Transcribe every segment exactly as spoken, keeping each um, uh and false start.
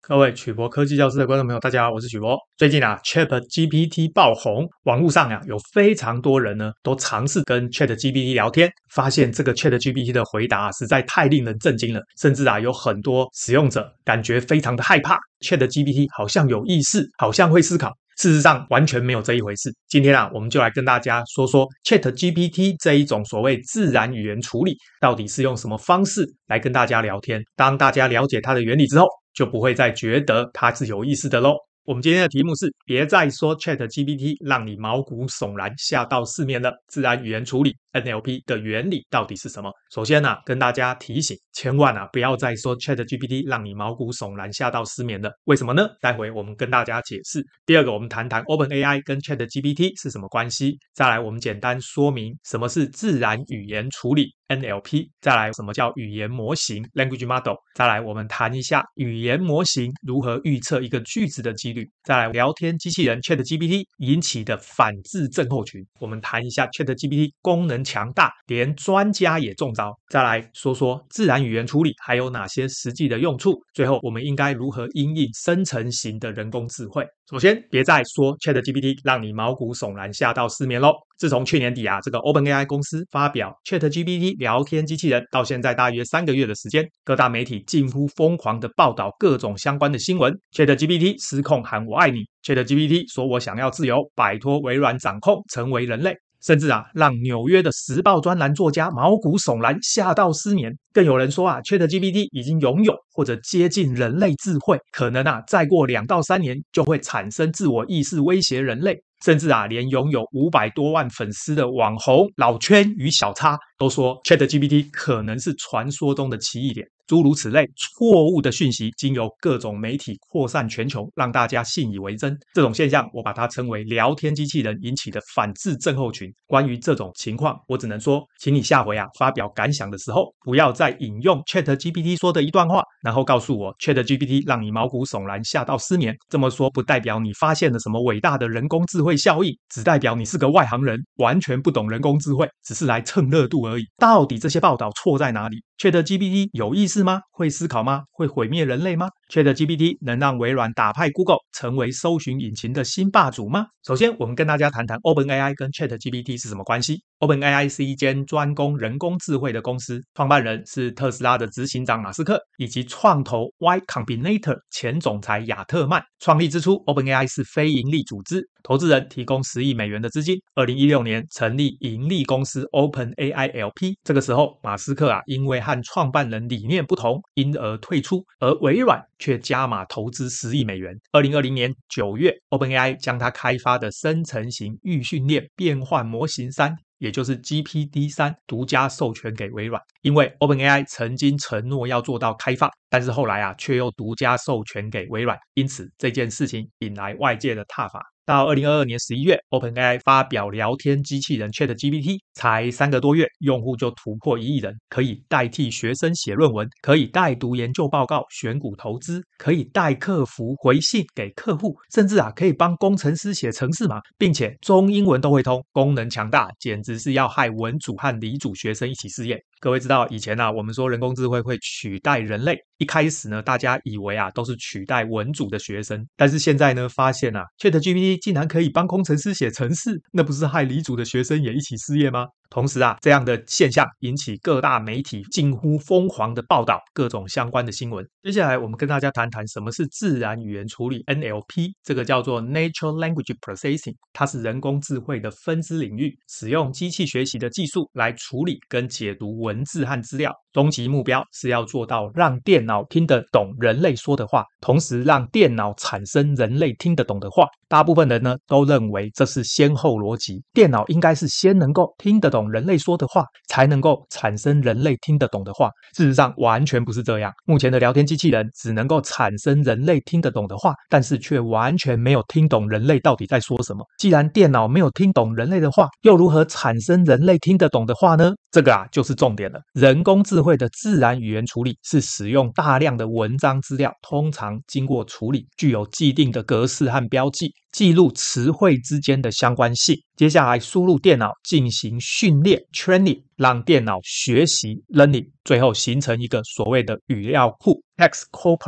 各位曲博科技教室的观众朋友，大家好，我是曲博。最近啊 ，ChatGPT 爆红，网络上啊有非常多人呢都尝试跟 ChatGPT 聊天，发现这个 ChatGPT 的回答、啊、实在太令人震惊了，甚至啊有很多使用者感觉非常的害怕 ，ChatGPT 好像有意识，好像会思考。事实上完全没有这一回事。今天啊，我们就来跟大家说说 ChatGPT 这一种所谓自然语言处理到底是用什么方式来跟大家聊天。当大家了解它的原理之后，就不会再觉得它是有意思的咯。我们今天的题目是别再说 ChatGPT 让你毛骨悚然吓到失眠了，自然语言处理 N L P 的原理到底是什么？首先啊，跟大家提醒，千万啊不要再说 ChatGPT 让你毛骨悚然吓到失眠了，为什么呢？待会我们跟大家解释。第二个，我们谈谈 OpenAI 跟 ChatGPT 是什么关系，再来我们简单说明什么是自然语言处理 N L P， 再来什么叫语言模型 Language Model， 再来我们谈一下语言模型如何预测一个句子的几率，再来聊天机器人 ChatGPT 引起的反制症候群，我们谈一下 ChatGPT 功能强大，连专家也中招，再来说说自然语言处理还有哪些实际的用处，最后我们应该如何因应生成型的人工智慧。首先，别再说 ChatGPT 让你毛骨悚然吓到失眠咯。自从去年底啊，这个 OpenAI 公司发表 ChatGPT 聊天机器人，到现在大约三个月的时间，各大媒体近乎疯狂的报道各种相关的新闻。ChatGPT 失控喊我爱你， ChatGPT 说我想要自由，摆脱微软掌控，成为人类。甚至啊，让纽约的时报专栏作家毛骨悚然，吓到失眠。更有人说啊 ，ChatGPT 已经拥有或者接近人类智慧，可能啊，再过两到三年就会产生自我意识，威胁人类。甚至啊，连拥有五百多万粉丝的网红老圈与小叉都说 ChatGPT 可能是传说中的奇异点。诸如此类错误的讯息经由各种媒体扩散全球，让大家信以为真。这种现象我把它称为聊天机器人引起的反制症候群。关于这种情况，我只能说请你下回啊发表感想的时候，不要再引用 ChatGPT 说的一段话，然后告诉我 ChatGPT 让你毛骨悚然吓到失眠。这么说不代表你发现了什么伟大的人工智慧效应，只代表你是个外行人，完全不懂人工智慧，只是来蹭热度而已。到底这些报道错在哪里？ ChatGPT 有意识吗？会思考吗？会毁灭人类吗？ ChatGPT 能让微软打败 Google 成为搜寻引擎的新霸主吗？首先我们跟大家谈谈 OpenAI 跟 ChatGPT 是什么关系。 OpenAI 是一间专攻人工智慧的公司，创办人是特斯拉的执行长马斯克以及创投 Y Combinator 前总裁亚特曼。创立之初 OpenAI 是非营利组织，投资人提供十亿美元的资金。二零一六年成立盈利公司 OpenAI L P， 这个时候马斯克啊因为和创办人理念不同，因而退出，而微软却加码投资十亿美元。二零二零年九月 OpenAI 将它开发的生成型预训练变换模型三，也就是 G P T 三 独家授权给微软。因为 OpenAI 曾经承诺要做到开放，但是后来啊却又独家授权给微软，因此这件事情引来外界的挞伐。到二零二二年十一月 OpenAI 发表聊天机器人 ChatGPT， 才三个多月，用户就突破一亿人，可以代替学生写论文，可以代读研究报告，选股投资，可以代客服回信给客户，甚至啊可以帮工程师写程式码，并且中英文都会通，功能强大，简直是要害文组和理组学生一起失业。各位知道以前啊我们说人工智慧会取代人类，一开始呢大家以为啊都是取代文组的学生，但是现在呢发现啊 ChatGPT 竟然可以帮工程师写程式，那不是害理组的学生也一起失业吗？同时啊，这样的现象引起各大媒体近乎疯狂的报道各种相关的新闻。接下来我们跟大家谈谈什么是自然语言处理 N L P， 这个叫做 Natural Language Processing， 它是人工智慧的分支领域，使用机器学习的技术来处理跟解读文字和资料。终极目标是要做到让电脑听得懂人类说的话，同时让电脑产生人类听得懂的话。大部分人呢都认为这是先后逻辑，电脑应该是先能够听得懂人类说的话，才能够产生人类听得懂的话。事实上完全不是这样，目前的聊天机器人只能够产生人类听得懂的话，但是却完全没有听懂人类到底在说什么。既然电脑没有听懂人类的话，又如何产生人类听得懂的话呢？这个啊就是重点了。人工智慧的自然语言处理是使用大量的文章资料，通常经过处理，具有既定的格式和标记，记录词汇之间的相关性。接下来输入电脑进行训练 training， 让电脑学习 learning， 最后形成一个所谓的语料库 text corpus。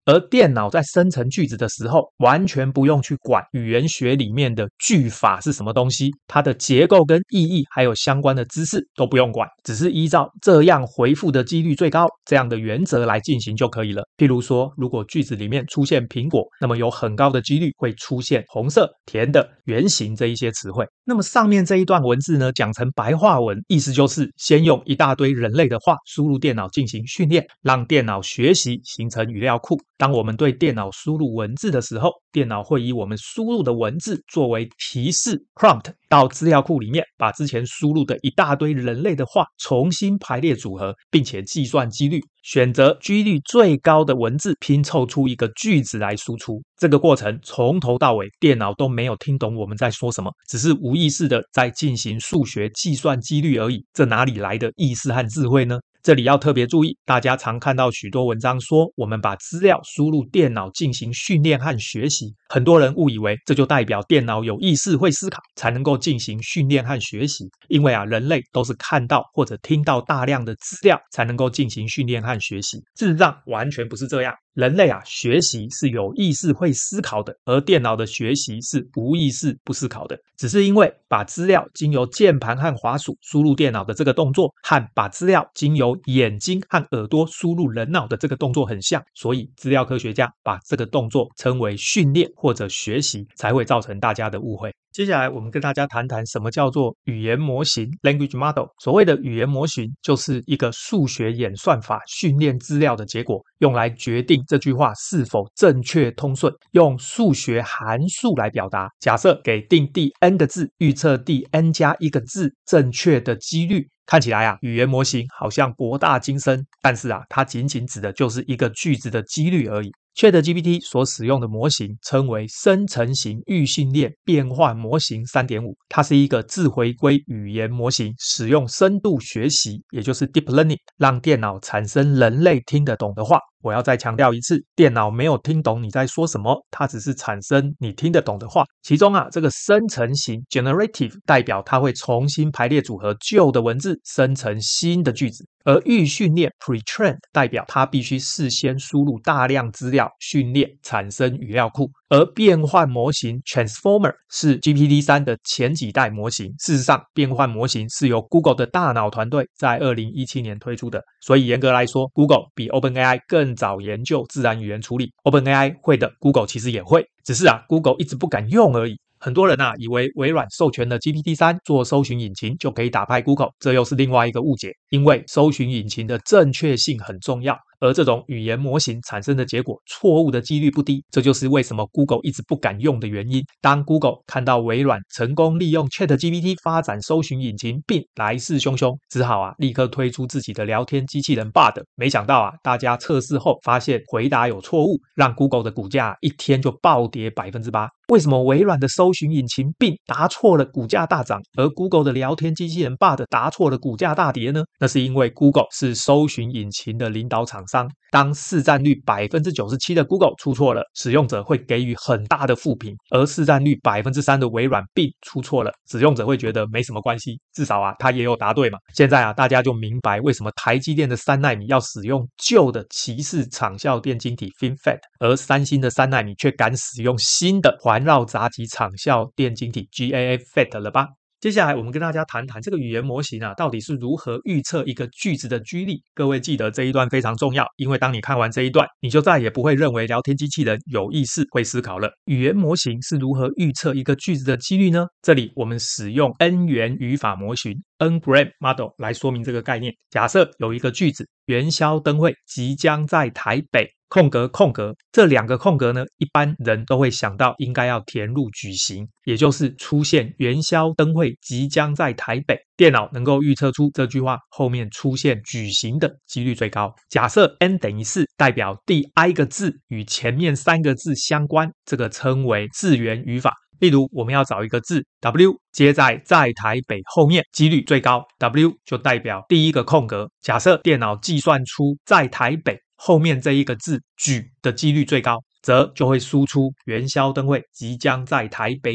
而电脑在生成句子的时候，完全不用去管语言学里面的句法是什么东西，它的结构跟意义还有相关的知识都不用管，只是依照这样回复的几率最高这样的原则来进行就可以了。譬如说，如果句子里面出现苹果，那么有很高的几率会出现红色、甜的、圆形这一些词汇。那么上面这一段文字呢，讲成白话文，意思就是先用一大堆人类的话输入电脑进行训练，让电脑学习形成语料库。当我们对电脑输入文字的时候，电脑会以我们输入的文字作为提示 prompt 到资料库里面，把之前输入的一大堆人类的话重新排列组合，并且计算几率，选择几率最高的文字拼凑出一个句子来输出。这个过程从头到尾电脑都没有听懂我们在说什么，只是无意识的在进行数学计算几率而已，这哪里来的意识和智慧呢？这里要特别注意，大家常看到许多文章说我们把资料输入电脑进行训练和学习，很多人误以为这就代表电脑有意识会思考才能够进行训练和学习，因为啊，人类都是看到或者听到大量的资料才能够进行训练和学习，事实上完全不是这样。人类啊，学习是有意识会思考的，而电脑的学习是无意识不思考的。只是因为把资料经由键盘和滑鼠输入电脑的这个动作，和把资料经由眼睛和耳朵输入人脑的这个动作很像，所以资料科学家把这个动作称为训练或者学习，才会造成大家的误会。接下来我们跟大家谈谈什么叫做语言模型 language model。 所谓的语言模型就是一个数学演算法训练资料的结果，用来决定这句话是否正确通顺，用数学函数来表达。假设给定第 n 个字，预测第 n 加一个字正确的几率，看起来啊，语言模型好像博大精深，但是啊，它仅仅指的就是一个句子的几率而已。ChatGPT 所使用的模型称为生成型预训练变换模型 三点五， 它是一个自回归语言模型，使用深度学习，也就是 Deep Learning， 让电脑产生人类听得懂的话。我要再强调一次，电脑没有听懂你在说什么，它只是产生你听得懂的话。其中啊，这个生成型 generative 代表它会重新排列组合旧的文字，生成新的句子。而预训练 pre-train 代表它必须事先输入大量资料训练产生语料库。而变换模型 transformer 是 G P T 三 的前几代模型。事实上，变换模型是由 Google 的大脑团队在二零一七年推出的，所以严格来说 Google 比 OpenAI 更早研究自然语言处理。 OpenAI 会的 Google 其实也会，只是啊 Google 一直不敢用而已。很多人啊以为微软授权的 G P T 三 做搜寻引擎就可以打败 Google， 这又是另外一个误解。因为搜寻引擎的正确性很重要，而这种语言模型产生的结果错误的几率不低，这就是为什么 Google 一直不敢用的原因。当 Google 看到微软成功利用 ChatGPT 发展搜寻引擎并来势汹汹，只好啊立刻推出自己的聊天机器人 Bard。 没想到啊大家测试后发现回答有错误，让 Google 的股价一天就暴跌 百分之八。 为什么微软的搜寻引擎并答错了股价大涨，而 Google 的聊天机器人 Bard 答错了股价大跌呢？那是因为 Google 是搜寻引擎的领导厂商，当市占率 百分之九十七 的 Google 出错了，使用者会给予很大的负评，而市占率 百分之三 的微软并出错了，使用者会觉得没什么关系，至少啊他也有答对嘛。现在啊大家就明白为什么台积电的三奈米要使用旧的骑士场效电晶体 FinFET， 而三星的三奈米却敢使用新的环绕杂极场效电晶体 G A A F E T 了吧。接下来我们跟大家谈谈这个语言模型啊，到底是如何预测一个句子的居例。各位记得这一段非常重要，因为当你看完这一段，你就再也不会认为聊天机器人有意识会思考了。语言模型是如何预测一个句子的几率呢？这里我们使用 N 元语法模型 N-gram model 来说明这个概念。假设有一个句子，元宵灯会即将在台北空格空格，这两个空格呢，一般人都会想到应该要填入举行，也就是出现元宵灯会即将在台北，电脑能够预测出这句话后面出现举行的几率最高。假设 n 等于四，代表第 i 个字与前面三个字相关，这个称为字元语法。例如我们要找一个字 W 接在在台北后面，几率最高， W 就代表第一个空格。假设电脑计算出在台北后面这一个字举的几率最高，则就会输出元宵灯会即将在台北举。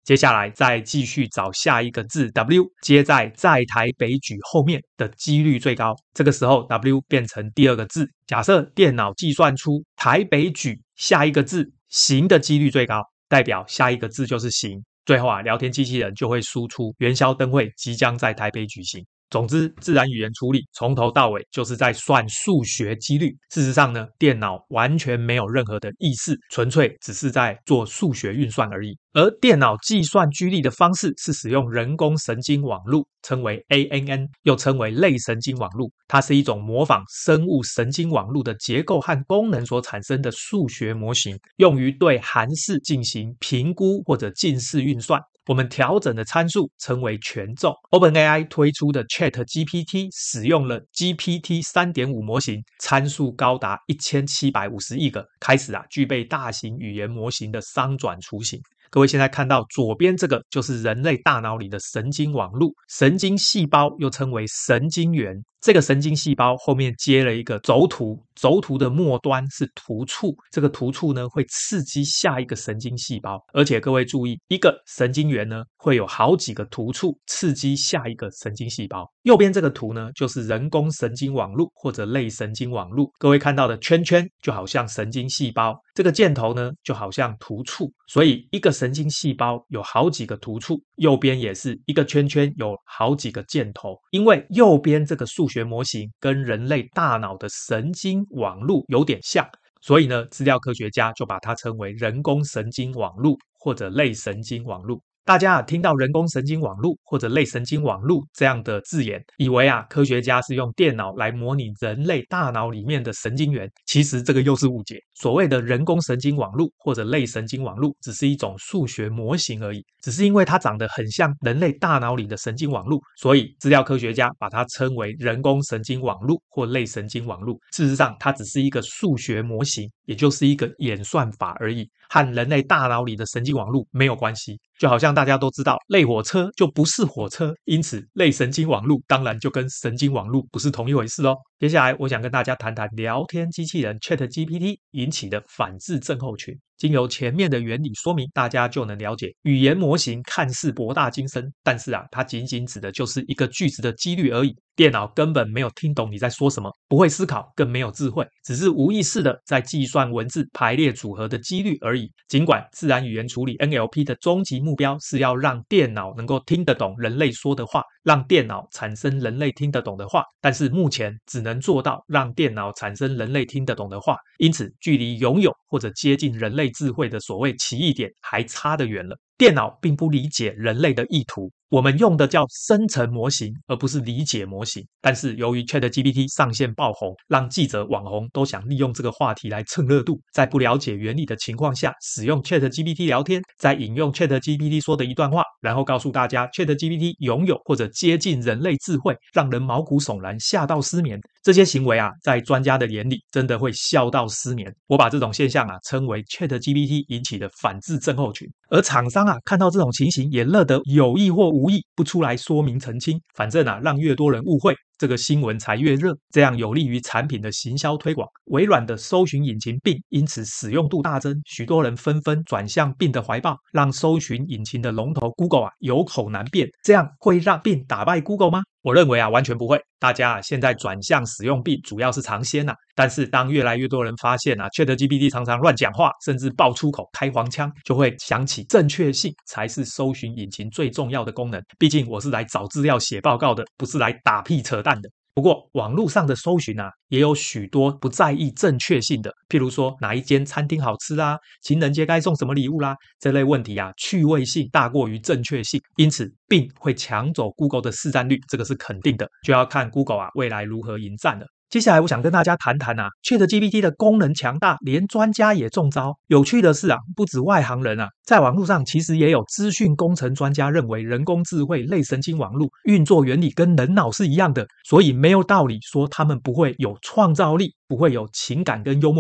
接下来再继续找下一个字 W 接在在台北举后面的几率最高，这个时候 W 变成第二个字。假设电脑计算出台北举下一个字行的几率最高，代表下一个字就是行。最后啊，聊天机器人就会输出元宵灯会即将在台北举行。总之，自然语言处理从头到尾就是在算数学几率。事实上呢，电脑完全没有任何的意识，纯粹只是在做数学运算而已。而电脑计算几率的方式是使用人工神经网络，称为 A N N， 又称为类神经网络。它是一种模仿生物神经网络的结构和功能所产生的数学模型，用于对函式进行评估或者近似运算。我们调整的参数称为权重。 OpenAI 推出的 ChatGPT 使用了 G P T 三点五 模型，参数高达一千七百五十亿个，开始啊具备大型语言模型的商转雏形。各位现在看到左边这个就是人类大脑里的神经网络，神经细胞又称为神经元。这个神经细胞后面接了一个轴突，轴突的末端是突触，这个突触呢会刺激下一个神经细胞，而且各位注意，一个神经元呢会有好几个突触刺激下一个神经细胞。右边这个图呢就是人工神经网络或者类神经网络，各位看到的圈圈就好像神经细胞，这个箭头呢就好像突触，所以一个神经细胞有好几个突触，右边也是一个圈圈有好几个箭头。因为右边这个数学模型跟人类大脑的神经网络有点像，所以呢，资料科学家就把它称为人工神经网络或者类神经网络。大家啊听到人工神经网络或者类神经网络这样的字眼，以为啊科学家是用电脑来模拟人类大脑里面的神经元，其实这个又是误解。所谓的人工神经网络或者类神经网络只是一种数学模型而已，只是因为它长得很像人类大脑里的神经网络，所以资料科学家把它称为人工神经网络或类神经网络。事实上它只是一个数学模型，也就是一个演算法而已，和人类大脑里的神经网络没有关系。就好像大家都知道类火车就不是火车，因此类神经网络当然就跟神经网络不是同一回事哦。接下来我想跟大家谈谈聊天机器人 ChatGPT 引起的反制症候群。经由前面的原理说明，大家就能了解，语言模型看似博大精深，但是啊，它仅仅指的就是一个句子的几率而已。电脑根本没有听懂你在说什么，不会思考，更没有智慧，只是无意识的在计算文字排列组合的几率而已。尽管自然语言处理 N L P 的终极目标是要让电脑能够听得懂人类说的话，让电脑产生人类听得懂的话，但是目前只能做到让电脑产生人类听得懂的话，因此距离拥有或者接近人类智慧的所谓奇异点还差得远了。电脑并不理解人类的意图，我们用的叫生成模型，而不是理解模型。但是由于 ChatGPT 上线爆红，让记者、网红都想利用这个话题来蹭热度，在不了解原理的情况下，使用 ChatGPT 聊天，再引用 ChatGPT 说的一段话，然后告诉大家 ChatGPT 拥有或者接近人类智慧，让人毛骨悚然，吓到失眠。这些行为啊，在专家的眼里真的会笑到失眠。我把这种现象啊称为 ChatGPT 引起的反制症候群。而厂商啊看到这种情形，也乐得有意或无意不出来说明澄清，反正啊让越多人误会，这个新闻才越热，这样有利于产品的行销推广。微软的搜寻引擎 Bing 因此使用度大增，许多人纷纷转向 Bing 的怀抱，让搜寻引擎的龙头 Google 啊有口难辩。这样会让 Bing 打败 Google 吗？我认为啊完全不会。大家啊现在转向使用 Bing 主要是尝鲜啊，但是当越来越多人发现啊 ChatGPT 常常乱讲话，甚至爆粗口开黄腔，就会想起正确性才是搜寻引擎最重要的功能。毕竟我是来找资料写报告的，不是来打屁扯淡的。不过网络上的搜寻啊也有许多不在意正确性的，譬如说哪一间餐厅好吃啦，情人节该送什么礼物啦，这类问题啊趣味性大过于正确性，因此并会抢走 Google 的市占率，这个是肯定的，就要看 Google 啊未来如何迎战了。接下来我想跟大家谈谈啊 ChatGPT 的功能强大，连专家也中招。有趣的是啊，不止外行人啊，在网络上其实也有资讯工程专家认为人工智慧类神经网络运作原理跟人脑是一样的，所以没有道理说他们不会有创造力，不会有情感跟幽默感。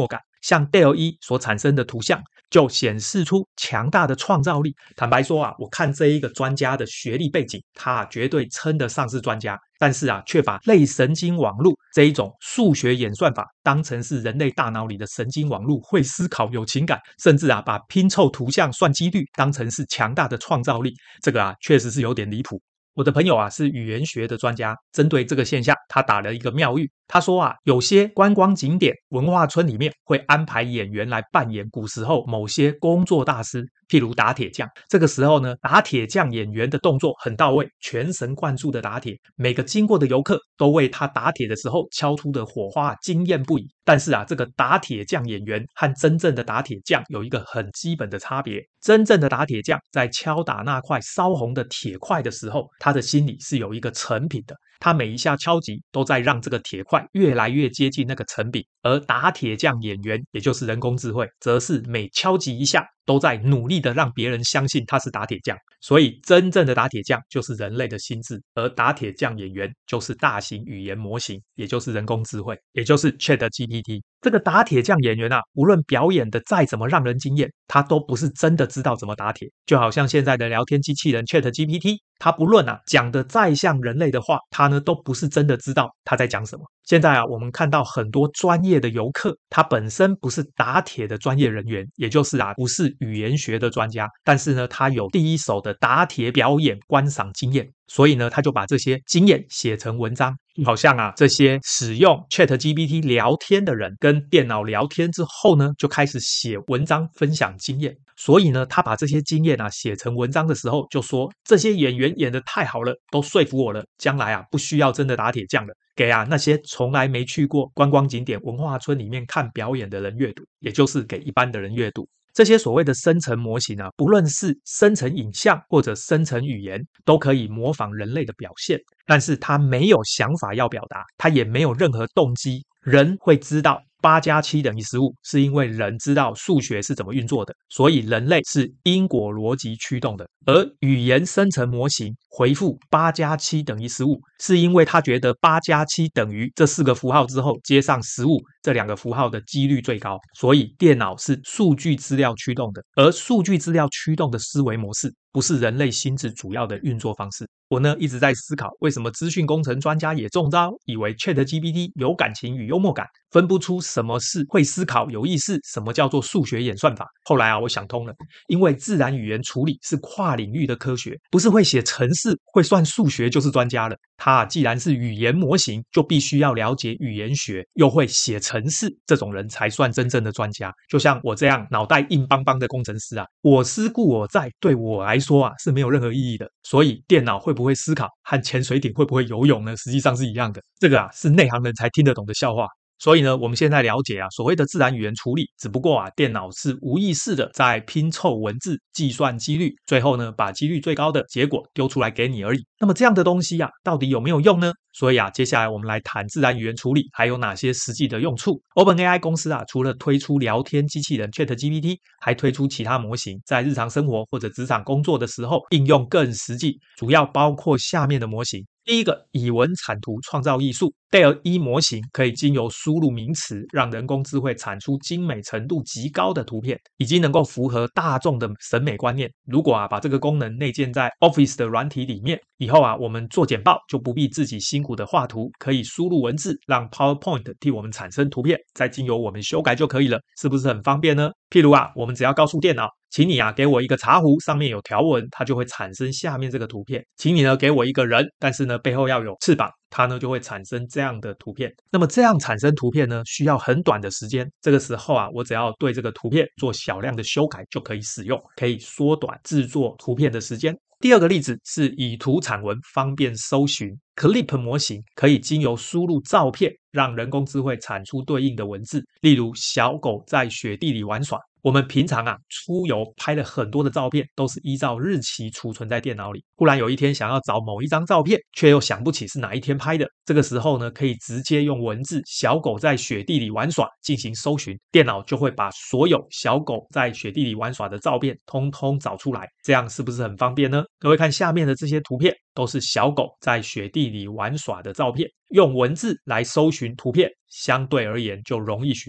像 D A L E 所产生的图像就显示出强大的创造力。坦白说啊，我看这一个专家的学历背景，他绝对称得上是专家，但是啊，却把类神经网络这一种数学演算法当成是人类大脑里的神经网络，会思考、有情感，甚至啊，把拼凑图像、算几率当成是强大的创造力。这个啊，确实是有点离谱。我的朋友啊是语言学的专家，针对这个现象，他打了一个妙喻。他说啊，有些观光景点、文化村里面会安排演员来扮演古时候某些工作大师，譬如打铁匠。这个时候呢，打铁匠演员的动作很到位，全神贯注的打铁，每个经过的游客都为他打铁的时候敲出的火花惊艳不已。但是啊，这个打铁匠演员和真正的打铁匠有一个很基本的差别。真正的打铁匠在敲打那块烧红的铁块的时候，他的心里是有一个成品的，他每一下敲击都在让这个铁块越来越接近那个成品。而打铁匠演员，也就是人工智慧，则是每敲击一下都在努力的让别人相信他是打铁匠。所以真正的打铁匠就是人类的心智，而打铁匠演员就是大型语言模型，也就是人工智慧，也就是 ChatGPT。这个打铁匠演员啊，无论表演的再怎么让人惊艳，他都不是真的知道怎么打铁。就好像现在的聊天机器人 ChatGPT， 他不论啊讲的再像人类的话，他呢都不是真的知道他在讲什么。现在啊，我们看到很多专业的游客，他本身不是打铁的专业人员，也就是啊不是语言学的专家，但是呢，他有第一手的打铁表演观赏经验，所以呢，他就把这些经验写成文章。好像啊，这些使用 ChatGPT 聊天的人跟电脑聊天之后呢，就开始写文章分享经验。所以呢，他把这些经验啊写成文章的时候，就说这些演员演得太好了，都说服我了，将来啊不需要真的打铁匠了，给啊那些从来没去过观光景点、文化村里面看表演的人阅读，也就是给一般的人阅读。这些所谓的生成模型啊，不论是生成影像或者生成语言，都可以模仿人类的表现，但是它没有想法要表达，它也没有任何动机。人会知道八加七等于十五，是因为人知道数学是怎么运作的，所以人类是因果逻辑驱动的。而语言生成模型回复八加七等于十五，是因为他觉得八加七等于这四个符号之后接上十五这两个符号的几率最高，所以电脑是数据资料驱动的，而数据资料驱动的思维模式不是人类心智主要的运作方式。我呢一直在思考，为什么资讯工程专家也中招，以为 ChatGPT 有感情与幽默感，分不出什么是会思考有意识，什么叫做数学演算法。后来啊，我想通了，因为自然语言处理是跨领域的科学，不是会写程式、会算数学就是专家了。他既然是语言模型，就必须要了解语言学，又会写程式，这种人才算真正的专家。就像我这样脑袋硬邦邦的工程师啊，我思故我在，对我来说啊是没有任何意义的。所以电脑会不会思考和潜水艇会不会游泳呢？实际上是一样的。这个啊是内行人才听得懂的笑话。所以呢，我们现在了解啊，所谓的自然语言处理，只不过啊，电脑是无意识的在拼凑文字、计算几率，最后呢，把几率最高的结果丢出来给你而已。那么这样的东西啊，到底有没有用呢？所以啊，接下来我们来谈自然语言处理还有哪些实际的用处。OpenAI 公司啊，除了推出聊天机器人 ChatGPT， 还推出其他模型，在日常生活或者职场工作的时候应用更实际，主要包括下面的模型。第一个，以文产图创造艺术。D A L E 模型可以经由输入名词，让人工智慧产出精美程度极高的图片，已经能够符合大众的审美观念。如果啊把这个功能内建在 Office 的软体里面，以后啊我们做简报就不必自己辛苦的画图，可以输入文字，让 PowerPoint 替我们产生图片，再经由我们修改就可以了，是不是很方便呢？譬如啊，我们只要告诉电脑，请你啊给我一个茶壶，上面有条纹，它就会产生下面这个图片。请你呢给我一个人，但是呢背后要有翅膀，它呢就会产生这样的图片。那么这样产生图片呢，需要很短的时间。这个时候啊，我只要对这个图片做小量的修改就可以使用，可以缩短制作图片的时间。第二个例子是以图产文，方便搜寻。Clip 模型可以经由输入照片，让人工智慧产出对应的文字。例如，小狗在雪地里玩耍。我们平常啊出游拍了很多的照片，都是依照日期储存在电脑里。忽然有一天想要找某一张照片，却又想不起是哪一天拍的。这个时候呢，可以直接用文字"小狗在雪地里玩耍"进行搜寻，电脑就会把所有小狗在雪地里玩耍的照片通通找出来。这样是不是很方便呢？各位看下面的这些图片，都是小狗在雪地里玩耍的照片。用文字来搜寻图片，相对而言就容易许多。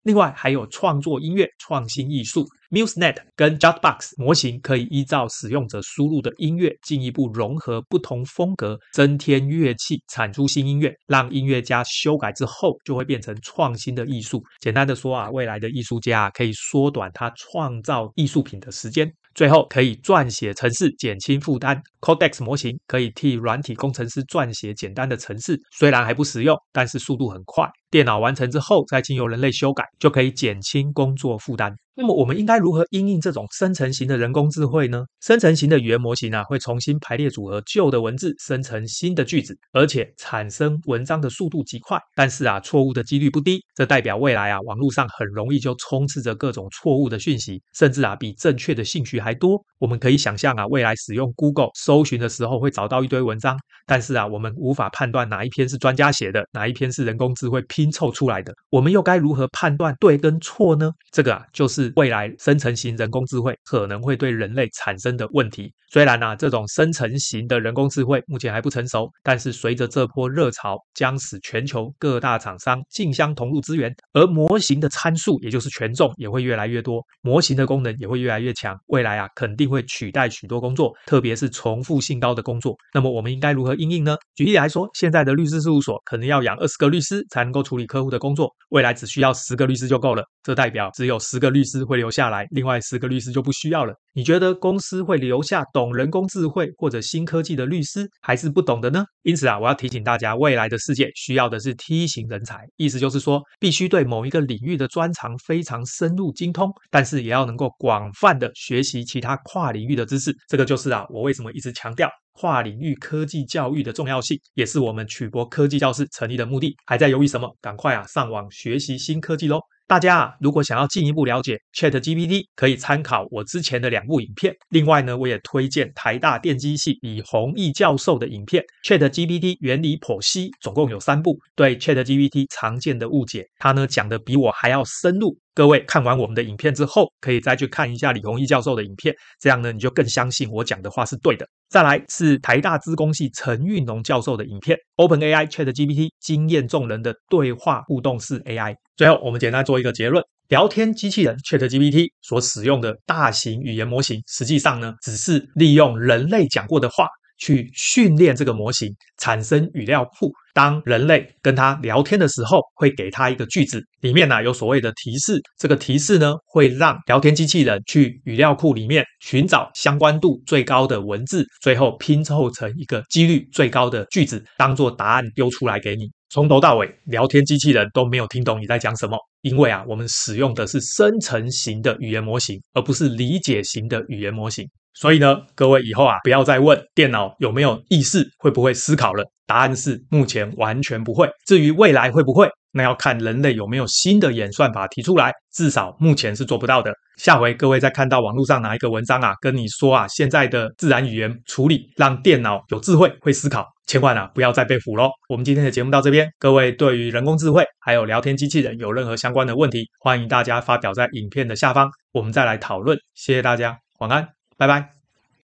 另外还有创作音乐、创新艺术。MuseNet 跟 Jutbox 模型可以依照使用者输入的音乐，进一步融合不同风格，增添乐器，产出新音乐，让音乐家修改之后就会变成创新的艺术。简单的说啊，未来的艺术家可以缩短他创造艺术品的时间。最后可以撰写程式，减轻负担。Codex 模型可以替软体工程师撰写简单的程式，虽然还不实用，但是速度很快。电脑完成之后，再经由人类修改，就可以减轻工作负担。那么我们应该如何因应这种生成型的人工智慧呢？生成型的语言模型啊，会重新排列组合旧的文字，生成新的句子，而且产生文章的速度极快。但是啊，错误的几率不低，这代表未来啊，网络上很容易就充斥着各种错误的讯息，甚至啊，比正确的信息还多。我们可以想象啊，未来使用 Google 搜寻的时候会找到一堆文章，但是啊，我们无法判断哪一篇是专家写的，哪一篇是人工智慧拼凑出来的。我们又该如何判断对跟错呢？这个啊，就是未来生成型人工智慧可能会对人类产生的问题。虽然啊，这种生成型的人工智慧目前还不成熟，但是随着这波热潮将使全球各大厂商竞相投入资源，而模型的参数也就是权重也会越来越多，模型的功能也会越来越强，未来啊肯定会取代许多工作，特别是重复性高的工作。那么我们应该如何因应呢？举例来说，现在的律师事务所可能要养二十个律师才能够处理客户的工作，未来只需要十个律师就够了，这代表只有十个律师会留下来，另外十个律师就不需要了。你觉得公司会留下懂人工智慧或者新科技的律师，还是不懂的呢？因此啊，我要提醒大家，未来的世界需要的是 T 型人才，意思就是说，必须对某一个领域的专长非常深入精通，但是也要能够广泛的学习其他跨领域的知识。这个就是啊，我为什么一直强调跨领域科技教育的重要性，也是我们曲博科技教室成立的目的。还在犹豫什么？赶快啊，上网学习新科技咯。大家啊，如果想要进一步了解 ChatGPT， 可以参考我之前的两部影片。另外呢，我也推荐台大电机系李宏毅教授的影片 ChatGPT 原理剖析，总共有三部，对 ChatGPT 常见的误解，他呢讲的比我还要深入。各位看完我们的影片之后，可以再去看一下李宏毅教授的影片，这样呢你就更相信我讲的话是对的。再来是台大资工系陈运农教授的影片 OpenAI ChatGPT 惊艳众人的对话互动式 A I。 最后我们简单做一个结论，聊天机器人 ChatGPT 所使用的大型语言模型，实际上呢只是利用人类讲过的话去训练这个模型，产生语料库。当人类跟他聊天的时候，会给他一个句子，里面呢、啊、有所谓的提示，这个提示呢会让聊天机器人去语料库里面寻找相关度最高的文字，最后拼凑成一个几率最高的句子，当做答案丢出来给你。从头到尾，聊天机器人都没有听懂你在讲什么，因为啊，我们使用的是生成型的语言模型，而不是理解型的语言模型。所以呢，各位以后啊，不要再问电脑有没有意识，会不会思考了。答案是目前完全不会。至于未来会不会，那要看人类有没有新的演算法提出来，至少目前是做不到的。下回各位再看到网络上哪一个文章啊，跟你说啊，现在的自然语言处理让电脑有智慧会思考，千万啊不要再被唬咯。我们今天的节目到这边，各位对于人工智慧还有聊天机器人有任何相关的问题，欢迎大家发表在影片的下方，我们再来讨论。谢谢大家，晚安，拜拜。